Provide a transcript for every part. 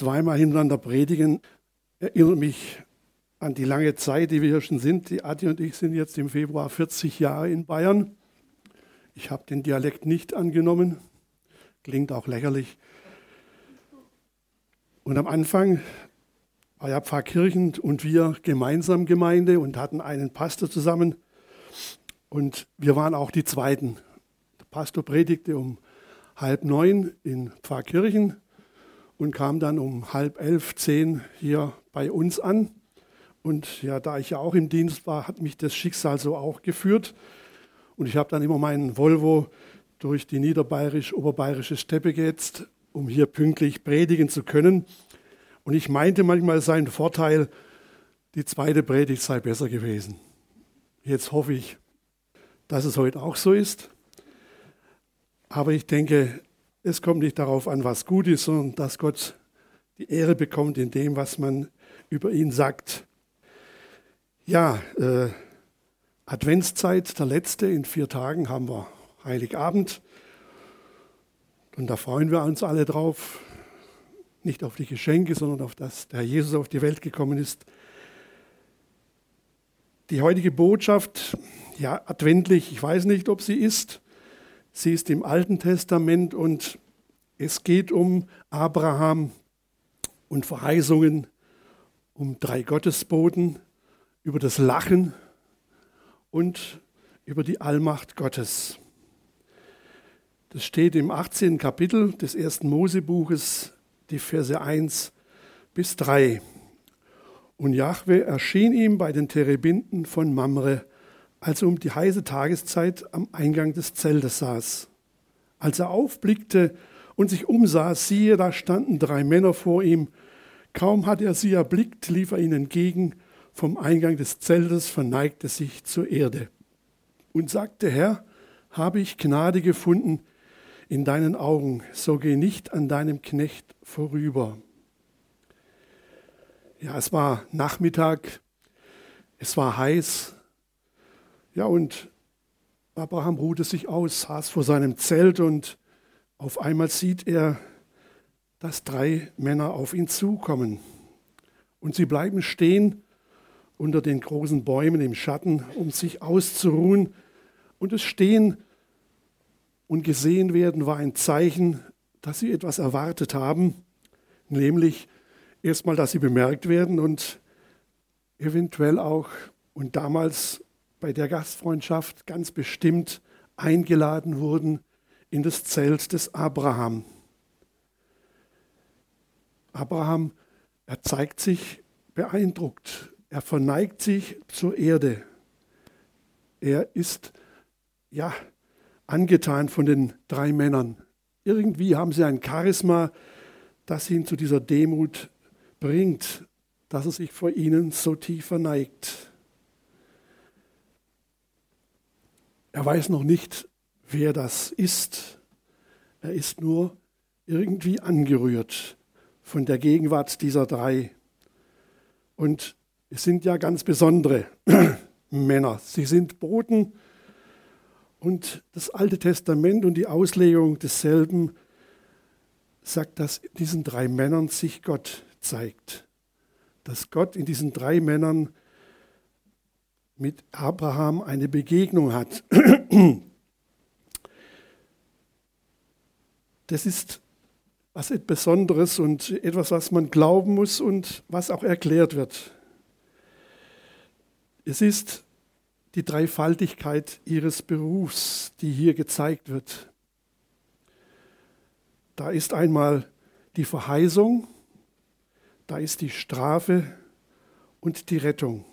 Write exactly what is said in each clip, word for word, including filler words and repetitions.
zweimal hintereinander predigen, erinnert mich an die lange Zeit, die wir hier schon sind. Die Adi und ich sind jetzt im Februar vierzig Jahre in Bayern. Ich habe den Dialekt nicht angenommen, klingt auch lächerlich. Und am Anfang war ja Pfarrkirchen und wir gemeinsam Gemeinde und hatten einen Pastor zusammen. Und wir waren auch die Zweiten. Der Pastor predigte um halb neun in Pfarrkirchen und kam dann um halb elf, zehn hier bei uns an. Und ja, da ich ja auch im Dienst war, hat mich das Schicksal so auch geführt. Und ich habe dann immer meinen Volvo durch die niederbayerisch-oberbayerische Steppe gehetzt, um hier pünktlich predigen zu können. Und ich meinte manchmal, es sei ein Vorteil, die zweite Predigt sei besser gewesen. Jetzt hoffe ich, dass es heute auch so ist. Aber ich denke, es kommt nicht darauf an, was gut ist, sondern dass Gott die Ehre bekommt in dem, was man über ihn sagt. Ja, äh, Adventszeit, der letzte, in vier Tagen haben wir Heiligabend. Und da freuen wir uns alle drauf. Nicht auf die Geschenke, sondern auf das, der Jesus auf die Welt gekommen ist. Die heutige Botschaft, ja, adventlich, ich weiß nicht, ob sie ist. Sie ist im Alten Testament und es geht um Abraham und Verheißungen, um drei Gottesboten, über das Lachen und über die Allmacht Gottes. Das steht im achtzehnten Kapitel des ersten Mosebuches, die Verse eins bis drei. Und Jahwe erschien ihm bei den Terebinden von Mamre, als er um die heiße Tageszeit am Eingang des Zeltes saß. Als er aufblickte und sich umsah, siehe, da standen drei Männer vor ihm. Kaum hatte er sie erblickt, lief er ihnen entgegen. Vom Eingang des Zeltes verneigte sich zur Erde und sagte, Herr, habe ich Gnade gefunden in deinen Augen, so geh nicht an deinem Knecht vorüber. Ja, es war Nachmittag, es war heiß, ja, und Abraham ruhte sich aus, saß vor seinem Zelt und auf einmal sieht er, dass drei Männer auf ihn zukommen. Und sie bleiben stehen unter den großen Bäumen im Schatten, um sich auszuruhen. Und das Stehen und gesehen werden war ein Zeichen, dass sie etwas erwartet haben, nämlich erstmal, dass sie bemerkt werden und eventuell auch und damals bei der Gastfreundschaft ganz bestimmt eingeladen wurden in das Zelt des Abraham. Abraham, er zeigt sich beeindruckt, er verneigt sich zur Erde. Er ist, ja, angetan von den drei Männern. Irgendwie haben sie ein Charisma, das ihn zu dieser Demut bringt, dass er sich vor ihnen so tief verneigt. Er weiß noch nicht, wer das ist. Er ist nur irgendwie angerührt von der Gegenwart dieser drei. Und es sind ja ganz besondere Männer. Sie sind Boten. Und das Alte Testament und die Auslegung desselben sagt, dass diesen drei Männern sich Gott zeigt. Dass Gott in diesen drei Männern mit Abraham eine Begegnung hat. Das ist was Besonderes und etwas, was man glauben muss und was auch erklärt wird. Es ist die Dreifaltigkeit ihres Berufs, die hier gezeigt wird. Da ist einmal die Verheißung, da ist die Strafe und die Rettung.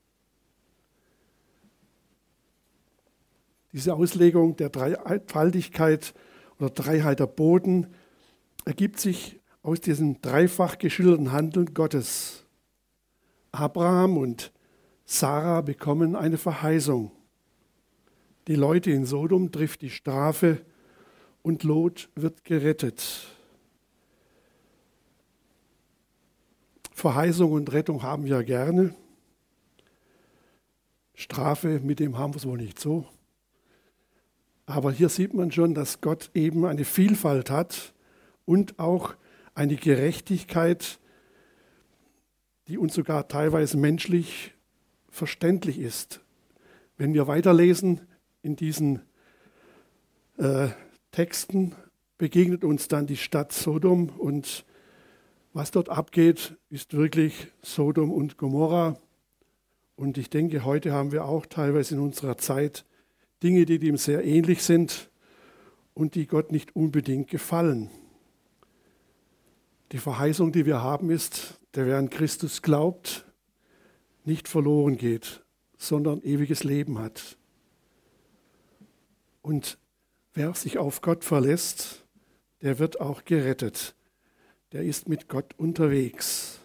Diese Auslegung der Dreifaltigkeit oder Dreiheit der Boten ergibt sich aus diesem dreifach geschilderten Handeln Gottes. Abraham und Sarah bekommen eine Verheißung. Die Leute in Sodom trifft die Strafe und Lot wird gerettet. Verheißung und Rettung haben wir gerne. Strafe, mit dem haben wir es wohl nicht so. Aber hier sieht man schon, dass Gott eben eine Vielfalt hat und auch eine Gerechtigkeit, die uns sogar teilweise menschlich verständlich ist. Wenn wir weiterlesen in diesen äh, Texten, begegnet uns dann die Stadt Sodom und was dort abgeht, ist wirklich Sodom und Gomorra. Und ich denke, heute haben wir auch teilweise in unserer Zeit Dinge, die dem sehr ähnlich sind und die Gott nicht unbedingt gefallen. Die Verheißung, die wir haben, ist, der wer an Christus glaubt, nicht verloren geht, sondern ewiges Leben hat. Und wer sich auf Gott verlässt, der wird auch gerettet. Der ist mit Gott unterwegs.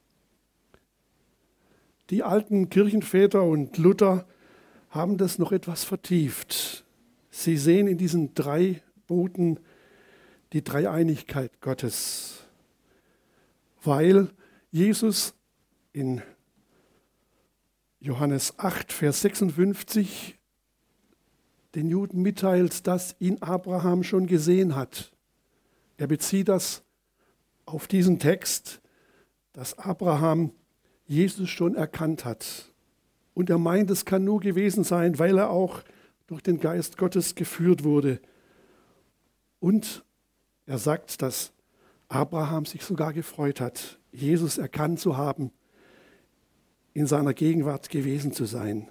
Die alten Kirchenväter und Luther haben das noch etwas vertieft. Sie sehen in diesen drei Boten die Dreieinigkeit Gottes, weil Jesus in Johannes acht, Vers sechsundfünfzig den Juden mitteilt, dass ihn Abraham schon gesehen hat. Er bezieht das auf diesen Text, dass Abraham Jesus schon erkannt hat. Und er meint, es kann nur gewesen sein, weil er auch durch den Geist Gottes geführt wurde. Und er sagt, dass Abraham sich sogar gefreut hat, Jesus erkannt zu haben, in seiner Gegenwart gewesen zu sein.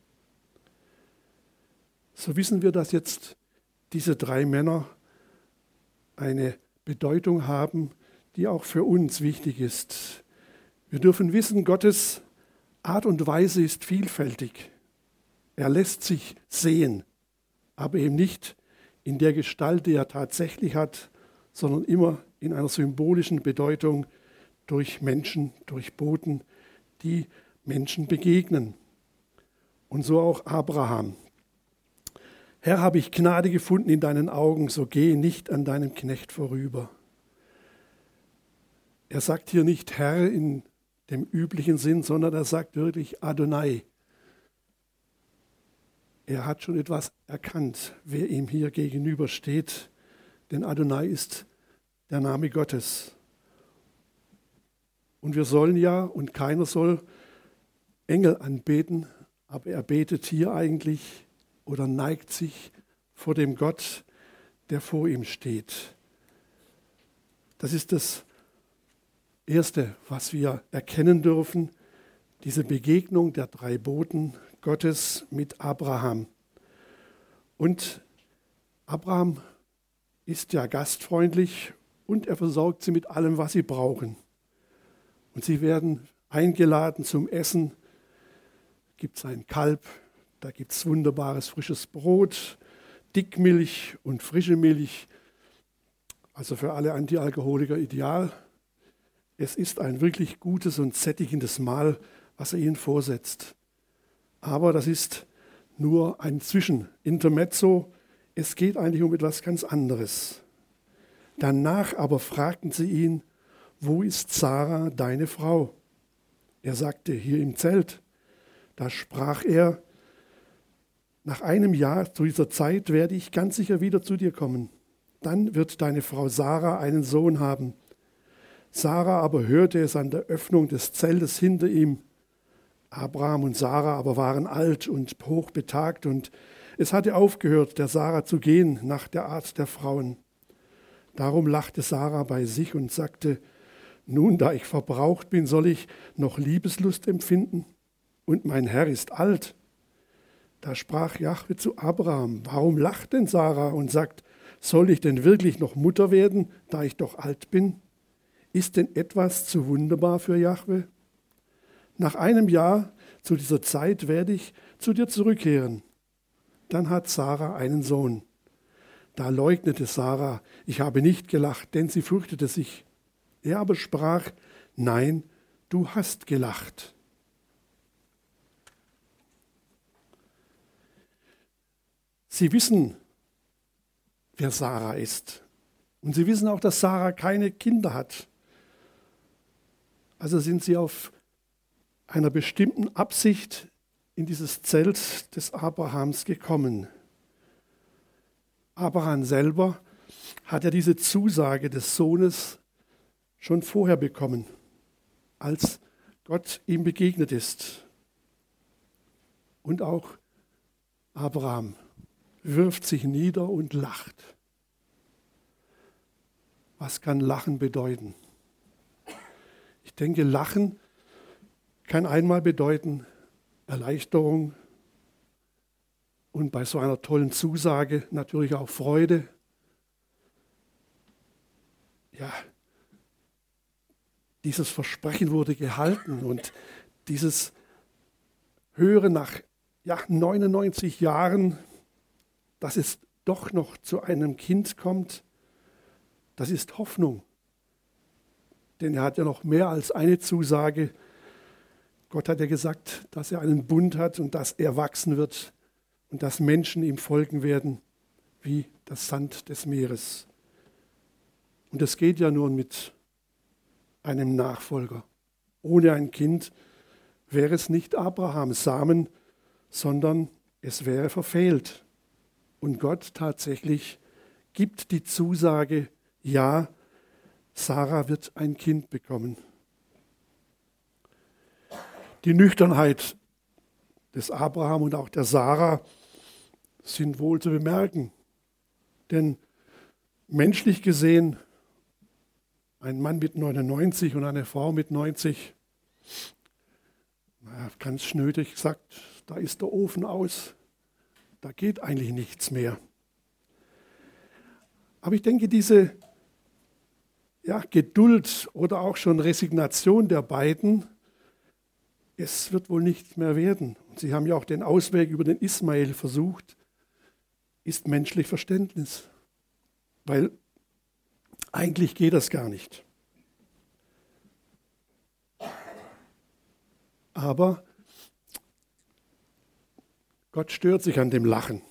So wissen wir, dass jetzt diese drei Männer eine Bedeutung haben, die auch für uns wichtig ist. Wir dürfen wissen, Gottes Art und Weise ist vielfältig. Er lässt sich sehen, aber eben nicht in der Gestalt, die er tatsächlich hat, sondern immer in einer symbolischen Bedeutung durch Menschen, durch Boten, die Menschen begegnen. Und so auch Abraham. Herr, habe ich Gnade gefunden in deinen Augen, so gehe nicht an deinem Knecht vorüber. Er sagt hier nicht Herr in dem üblichen Sinn, sondern er sagt wirklich Adonai. Er hat schon etwas erkannt, wer ihm hier gegenübersteht, denn Adonai ist der Name Gottes. Und wir sollen ja, und keiner soll Engel anbeten, aber er betet hier eigentlich oder neigt sich vor dem Gott, der vor ihm steht. Das ist das Erste, was wir erkennen dürfen, diese Begegnung der drei Boten Gottes mit Abraham. Und Abraham ist ja gastfreundlich und er versorgt sie mit allem, was sie brauchen. Und sie werden eingeladen zum Essen. Da gibt es ein Kalb, da gibt es wunderbares frisches Brot, Dickmilch und frische Milch. Also für alle Antialkoholiker ideal. Es ist ein wirklich gutes und sättigendes Mahl, was er ihnen vorsetzt. Aber das ist nur ein Zwischenintermezzo. Es geht eigentlich um etwas ganz anderes. Danach aber fragten sie ihn, wo ist Sarah, deine Frau? Er sagte, hier im Zelt. Da sprach er, nach einem Jahr zu dieser Zeit werde ich ganz sicher wieder zu dir kommen. Dann wird deine Frau Sarah einen Sohn haben. Sarah aber hörte es an der Öffnung des Zeltes hinter ihm. Abraham und Sarah aber waren alt und hochbetagt und es hatte aufgehört, der Sarah zu gehen nach der Art der Frauen. Darum lachte Sarah bei sich und sagte, nun, da ich verbraucht bin, soll ich noch Liebeslust empfinden? Und mein Herr ist alt. Da sprach Jahwe zu Abraham, warum lacht denn Sarah und sagt, soll ich denn wirklich noch Mutter werden, da ich doch alt bin? Ist denn etwas zu wunderbar für Jahwe? Nach einem Jahr zu dieser Zeit werde ich zu dir zurückkehren. Dann hat Sarah einen Sohn. Da leugnete Sarah, ich habe nicht gelacht, denn sie fürchtete sich. Er aber sprach, nein, du hast gelacht. Sie wissen, wer Sarah ist. Und sie wissen auch, dass Sarah keine Kinder hat. Also sind sie auf einer bestimmten Absicht in dieses Zelt des Abrahams gekommen. Abraham selber hat ja diese Zusage des Sohnes schon vorher bekommen, als Gott ihm begegnet ist. Und auch Abraham wirft sich nieder und lacht. Was kann Lachen bedeuten? Ich denke, Lachen kann einmal bedeuten Erleichterung und bei so einer tollen Zusage natürlich auch Freude. Ja, dieses Versprechen wurde gehalten und dieses Hören nach ja, neunundneunzig Jahren, dass es doch noch zu einem Kind kommt, das ist Hoffnung. Denn er hat ja noch mehr als eine Zusage. Gott hat ja gesagt, dass er einen Bund hat und dass er wachsen wird und dass Menschen ihm folgen werden wie das Sand des Meeres. Und es geht ja nur mit einem Nachfolger. Ohne ein Kind wäre es nicht Abrahams Samen, sondern es wäre verfehlt. Und Gott tatsächlich gibt die Zusage, ja, Sarah wird ein Kind bekommen. Die Nüchternheit des Abraham und auch der Sarah sind wohl zu bemerken. Denn menschlich gesehen, ein Mann mit neunundneunzig und eine Frau mit neunzig, na, ganz schnödig gesagt, da ist der Ofen aus, da geht eigentlich nichts mehr. Aber ich denke, diese ja, Geduld oder auch schon Resignation der beiden, es wird wohl nichts mehr werden. Und sie haben ja auch den Ausweg über den Ismael versucht, ist menschlich Verständnis, weil eigentlich geht das gar nicht. Aber Gott stört sich an dem Lachen,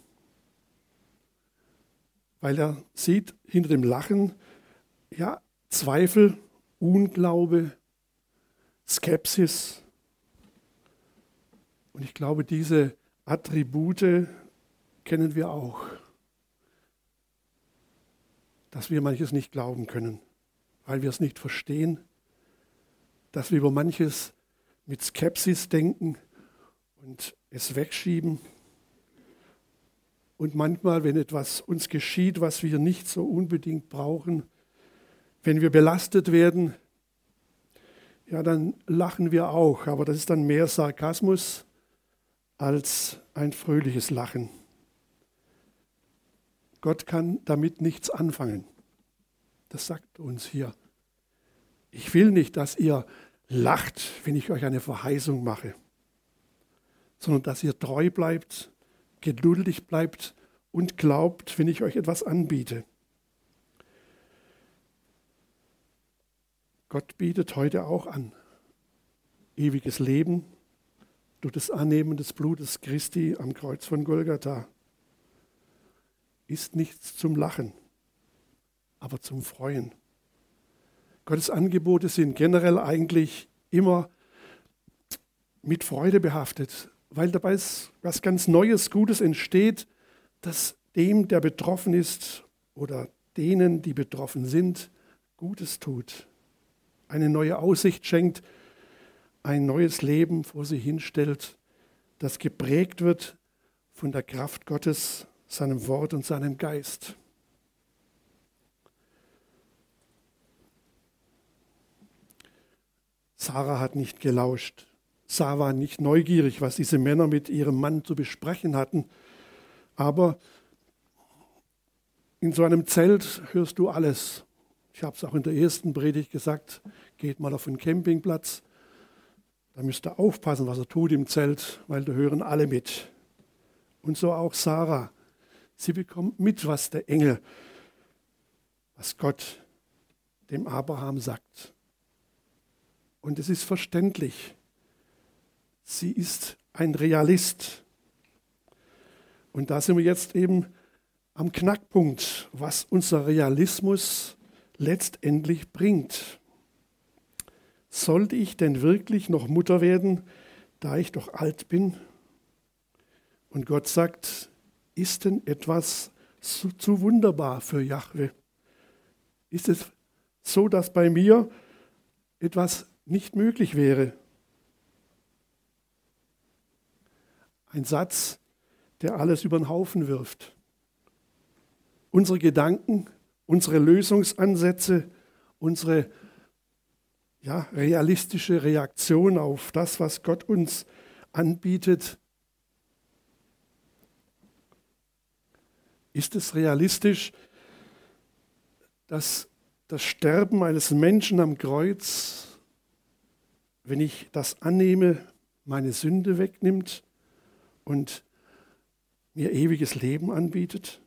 weil er sieht hinter dem Lachen ja Zweifel, Unglaube, Skepsis. Und ich glaube, diese Attribute kennen wir auch, dass wir manches nicht glauben können, weil wir es nicht verstehen, dass wir über manches mit Skepsis denken und es wegschieben. Und manchmal, wenn etwas uns geschieht, was wir nicht so unbedingt brauchen, wenn wir belastet werden, ja, dann lachen wir auch. Aber das ist dann mehr Sarkasmus als ein fröhliches Lachen. Gott kann damit nichts anfangen. Das sagt uns hier. Ich will nicht, dass ihr lacht, wenn ich euch eine Verheißung mache, sondern dass ihr treu bleibt, geduldig bleibt und glaubt, wenn ich euch etwas anbiete. Gott bietet heute auch an. Ewiges Leben durch das Annehmen des Blutes Christi am Kreuz von Golgatha. Ist nichts zum Lachen, aber zum Freuen. Gottes Angebote sind generell eigentlich immer mit Freude behaftet, weil dabei was ganz Neues, Gutes entsteht, das dem, der betroffen ist oder denen, die betroffen sind, Gutes tut. Eine neue Aussicht schenkt, ein neues Leben vor sie hinstellt, das geprägt wird von der Kraft Gottes, seinem Wort und seinem Geist. Sarah hat nicht gelauscht. Sarah war nicht neugierig, was diese Männer mit ihrem Mann zu besprechen hatten. Aber in so einem Zelt hörst du alles. Ich habe es auch in der ersten Predigt gesagt, geht mal auf den Campingplatz. Da müsst ihr aufpassen, was er tut im Zelt, weil da hören alle mit. Und so auch Sarah. Sie bekommt mit, was der Engel, was Gott dem Abraham sagt. Und es ist verständlich. Sie ist ein Realist. Und da sind wir jetzt eben am Knackpunkt, was unser Realismus letztendlich bringt. Sollte ich denn wirklich noch Mutter werden, da ich doch alt bin? Und Gott sagt, ist denn etwas zu, zu wunderbar für Jahwe? Ist es so, dass bei mir etwas nicht möglich wäre. Ein Satz, der alles über den Haufen wirft. Unsere Gedanken, unsere Lösungsansätze, unsere ja, realistische Reaktion auf das, was Gott uns anbietet. Ist es realistisch, dass das Sterben eines Menschen am Kreuz, wenn ich das annehme, meine Sünde wegnimmt und mir ewiges Leben anbietet?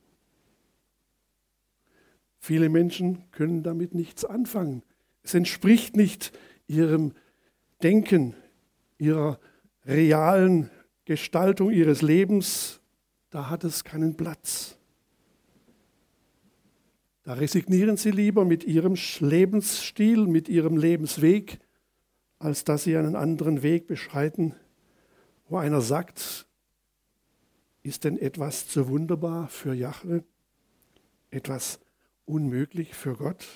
Viele Menschen können damit nichts anfangen. Es entspricht nicht ihrem Denken, ihrer realen Gestaltung ihres Lebens. Da hat es keinen Platz. Da resignieren sie lieber mit ihrem Lebensstil, mit ihrem Lebensweg, als dass sie einen anderen Weg beschreiten, wo einer sagt, ist denn etwas zu wunderbar für Jahwe? Etwas unmöglich für Gott?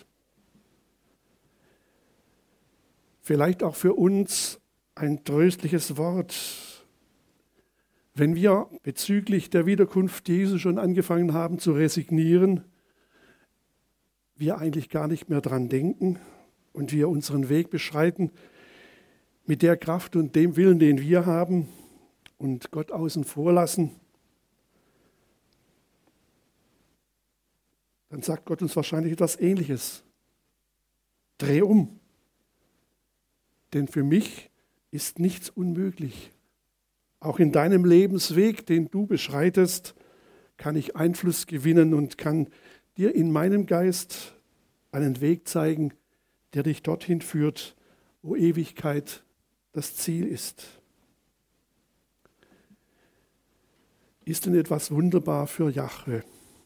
Vielleicht auch für uns ein tröstliches Wort. Wenn wir bezüglich der Wiederkunft Jesu schon angefangen haben zu resignieren, wir eigentlich gar nicht mehr dran denken und wir unseren Weg beschreiten mit der Kraft und dem Willen, den wir haben und Gott außen vor lassen, dann sagt Gott uns wahrscheinlich etwas Ähnliches. Dreh um. Denn für mich ist nichts unmöglich. Auch in deinem Lebensweg, den du beschreitest, kann ich Einfluss gewinnen und kann dir in meinem Geist einen Weg zeigen, der dich dorthin führt, wo Ewigkeit das Ziel ist. Ist denn etwas wunderbar für Jahwe?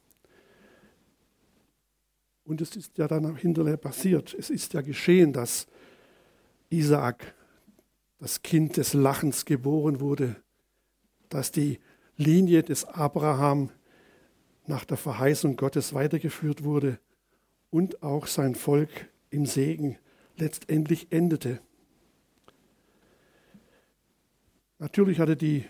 Und es ist ja dann hinterher passiert. Es ist ja geschehen, dass Isaak, das Kind des Lachens, geboren wurde, dass die Linie des Abraham nach der Verheißung Gottes weitergeführt wurde und auch sein Volk im Segen letztendlich endete. Natürlich hatte die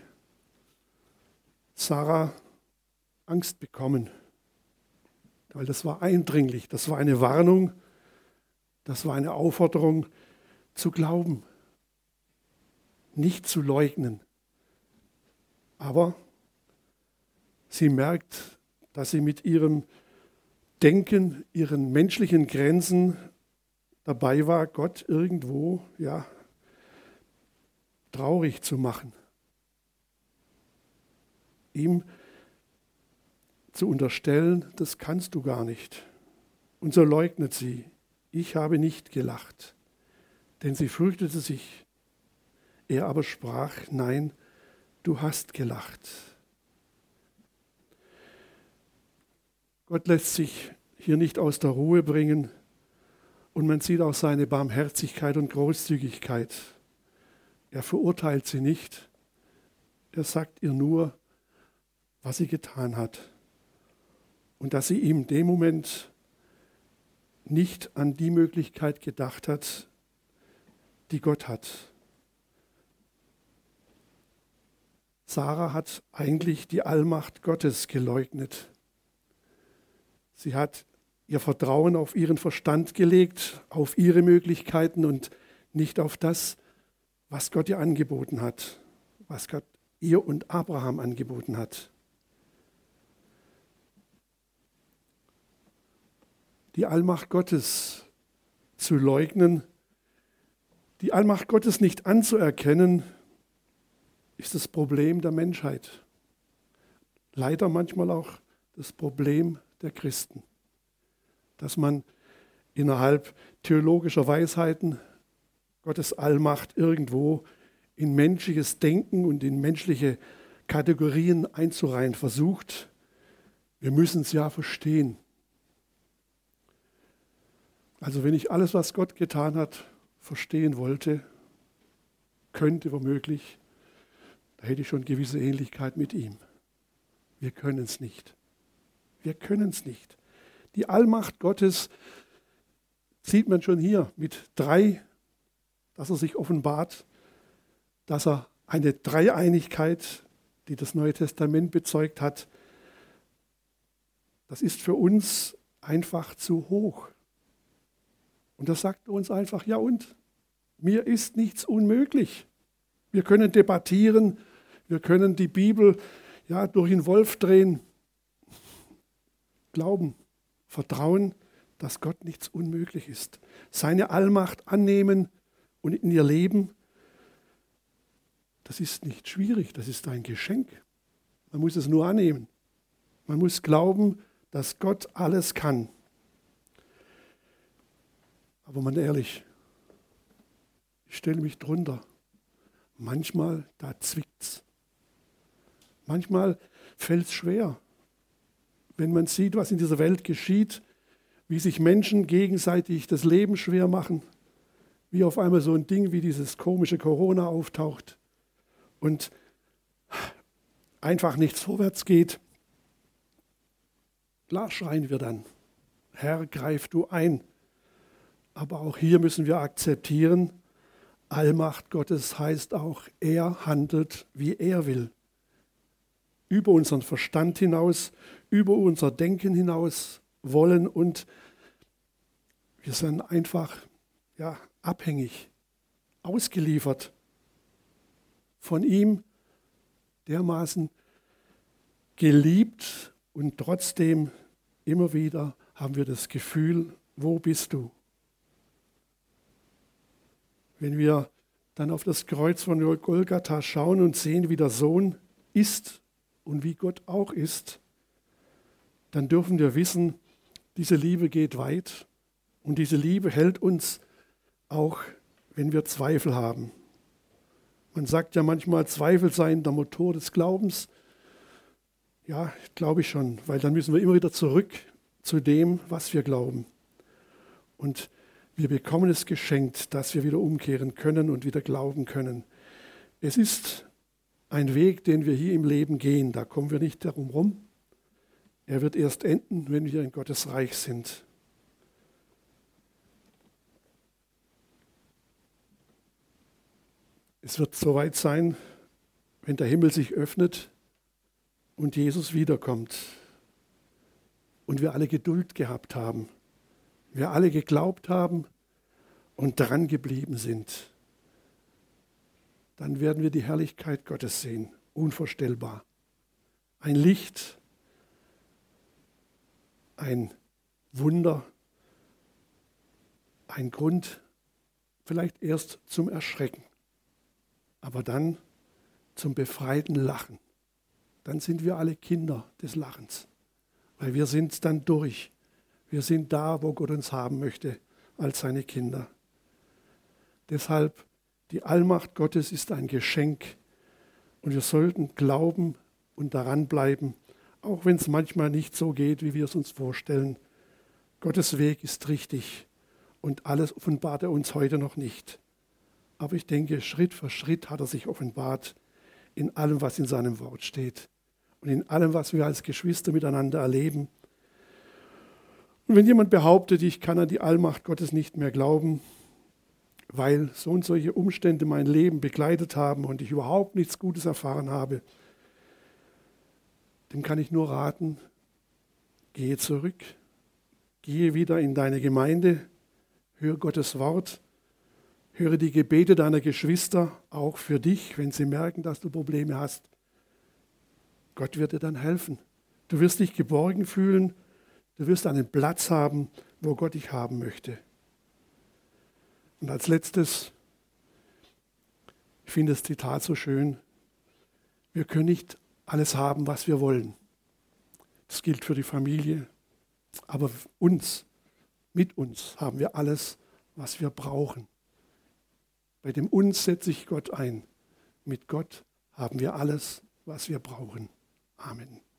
Sarah Angst bekommen, weil das war eindringlich, das war eine Warnung, das war eine Aufforderung zu glauben, nicht zu leugnen. Aber sie merkt, dass sie mit ihrem Denken, ihren menschlichen Grenzen dabei war, Gott irgendwo ja, traurig zu machen. Ihm zu unterstellen, das kannst du gar nicht. Und so leugnet sie, ich habe nicht gelacht, denn sie fürchtete sich. Er aber sprach, nein, du hast gelacht. Gott lässt sich hier nicht aus der Ruhe bringen und man sieht auch seine Barmherzigkeit und Großzügigkeit. Er verurteilt sie nicht, er sagt ihr nur, was sie getan hat und dass sie ihm in dem Moment nicht an die Möglichkeit gedacht hat, die Gott hat. Sarah hat eigentlich die Allmacht Gottes geleugnet. Sie hat ihr Vertrauen auf ihren Verstand gelegt, auf ihre Möglichkeiten und nicht auf das, was Gott ihr angeboten hat, was Gott ihr und Abraham angeboten hat. Die Allmacht Gottes zu leugnen, die Allmacht Gottes nicht anzuerkennen, ist das Problem der Menschheit. Leider manchmal auch das Problem der Christen, dass man innerhalb theologischer Weisheiten Gottes Allmacht irgendwo in menschliches Denken und in menschliche Kategorien einzureihen versucht. Wir müssen es ja verstehen. Also wenn ich alles, was Gott getan hat, verstehen wollte, könnte womöglich, da hätte ich schon gewisse Ähnlichkeit mit ihm. Wir können es nicht. Wir können es nicht. Die Allmacht Gottes sieht man schon hier mit drei, dass er sich offenbart, dass er eine Dreieinigkeit, die das Neue Testament bezeugt hat, das ist für uns einfach zu hoch. Und das sagt uns einfach, ja und? Mir ist nichts unmöglich. Wir können debattieren, wir können die Bibel ja, durch den Wolf drehen. Glauben, vertrauen, dass Gott nichts unmöglich ist. Seine Allmacht annehmen und in ihr Leben, das ist nicht schwierig, das ist ein Geschenk. Man muss es nur annehmen. Man muss glauben, dass Gott alles kann. Aber man ehrlich, ich stelle mich drunter. Manchmal, da zwickt's. Manchmal fällt es schwer, wenn man sieht, was in dieser Welt geschieht, wie sich Menschen gegenseitig das Leben schwer machen, wie auf einmal so ein Ding wie dieses komische Corona auftaucht und einfach nichts vorwärts geht. Klar schreien wir dann, Herr, greif du ein. Aber auch hier müssen wir akzeptieren, Allmacht Gottes heißt auch, er handelt, wie er will. Über unseren Verstand hinaus, über unser Denken hinaus wollen und wir sind einfach ja, abhängig, ausgeliefert von ihm, dermaßen geliebt und trotzdem immer wieder haben wir das Gefühl, wo bist du? Wenn wir dann auf das Kreuz von Golgatha schauen und sehen, wie der Sohn ist und wie Gott auch ist, dann dürfen wir wissen, diese Liebe geht weit und diese Liebe hält uns auch, wenn wir Zweifel haben. Man sagt ja manchmal, Zweifel seien der Motor des Glaubens. Ja, glaube ich schon, weil dann müssen wir immer wieder zurück zu dem, was wir glauben. Und wir bekommen es geschenkt, dass wir wieder umkehren können und wieder glauben können. Es ist ein Weg, den wir hier im Leben gehen, da kommen wir nicht darum rum. Er wird erst enden, wenn wir in Gottes Reich sind. Es wird soweit sein, wenn der Himmel sich öffnet und Jesus wiederkommt und wir alle Geduld gehabt haben, wir alle geglaubt haben und dran geblieben sind. Dann werden wir die Herrlichkeit Gottes sehen, unvorstellbar. Ein Licht, ein Wunder, ein Grund, vielleicht erst zum Erschrecken, aber dann zum befreiten Lachen. Dann sind wir alle Kinder des Lachens, weil wir sind dann durch. Wir sind da, wo Gott uns haben möchte, als seine Kinder. Deshalb, die Allmacht Gottes ist ein Geschenk und wir sollten glauben und daran bleiben, auch wenn es manchmal nicht so geht, wie wir es uns vorstellen. Gottes Weg ist richtig und alles offenbart er uns heute noch nicht. Aber ich denke, Schritt für Schritt hat er sich offenbart in allem, was in seinem Wort steht und in allem, was wir als Geschwister miteinander erleben. Und wenn jemand behauptet, ich kann an die Allmacht Gottes nicht mehr glauben, weil so und solche Umstände mein Leben begleitet haben und ich überhaupt nichts Gutes erfahren habe, dem kann ich nur raten, gehe zurück, gehe wieder in deine Gemeinde, höre Gottes Wort, höre die Gebete deiner Geschwister, auch für dich, wenn sie merken, dass du Probleme hast. Gott wird dir dann helfen. Du wirst dich geborgen fühlen, du wirst einen Platz haben, wo Gott dich haben möchte. Und als letztes, ich finde das Zitat so schön, wir können nicht alles haben, was wir wollen. Das gilt für die Familie, aber uns, mit uns haben wir alles, was wir brauchen. Bei dem Uns setze ich Gott ein. Mit Gott haben wir alles, was wir brauchen. Amen.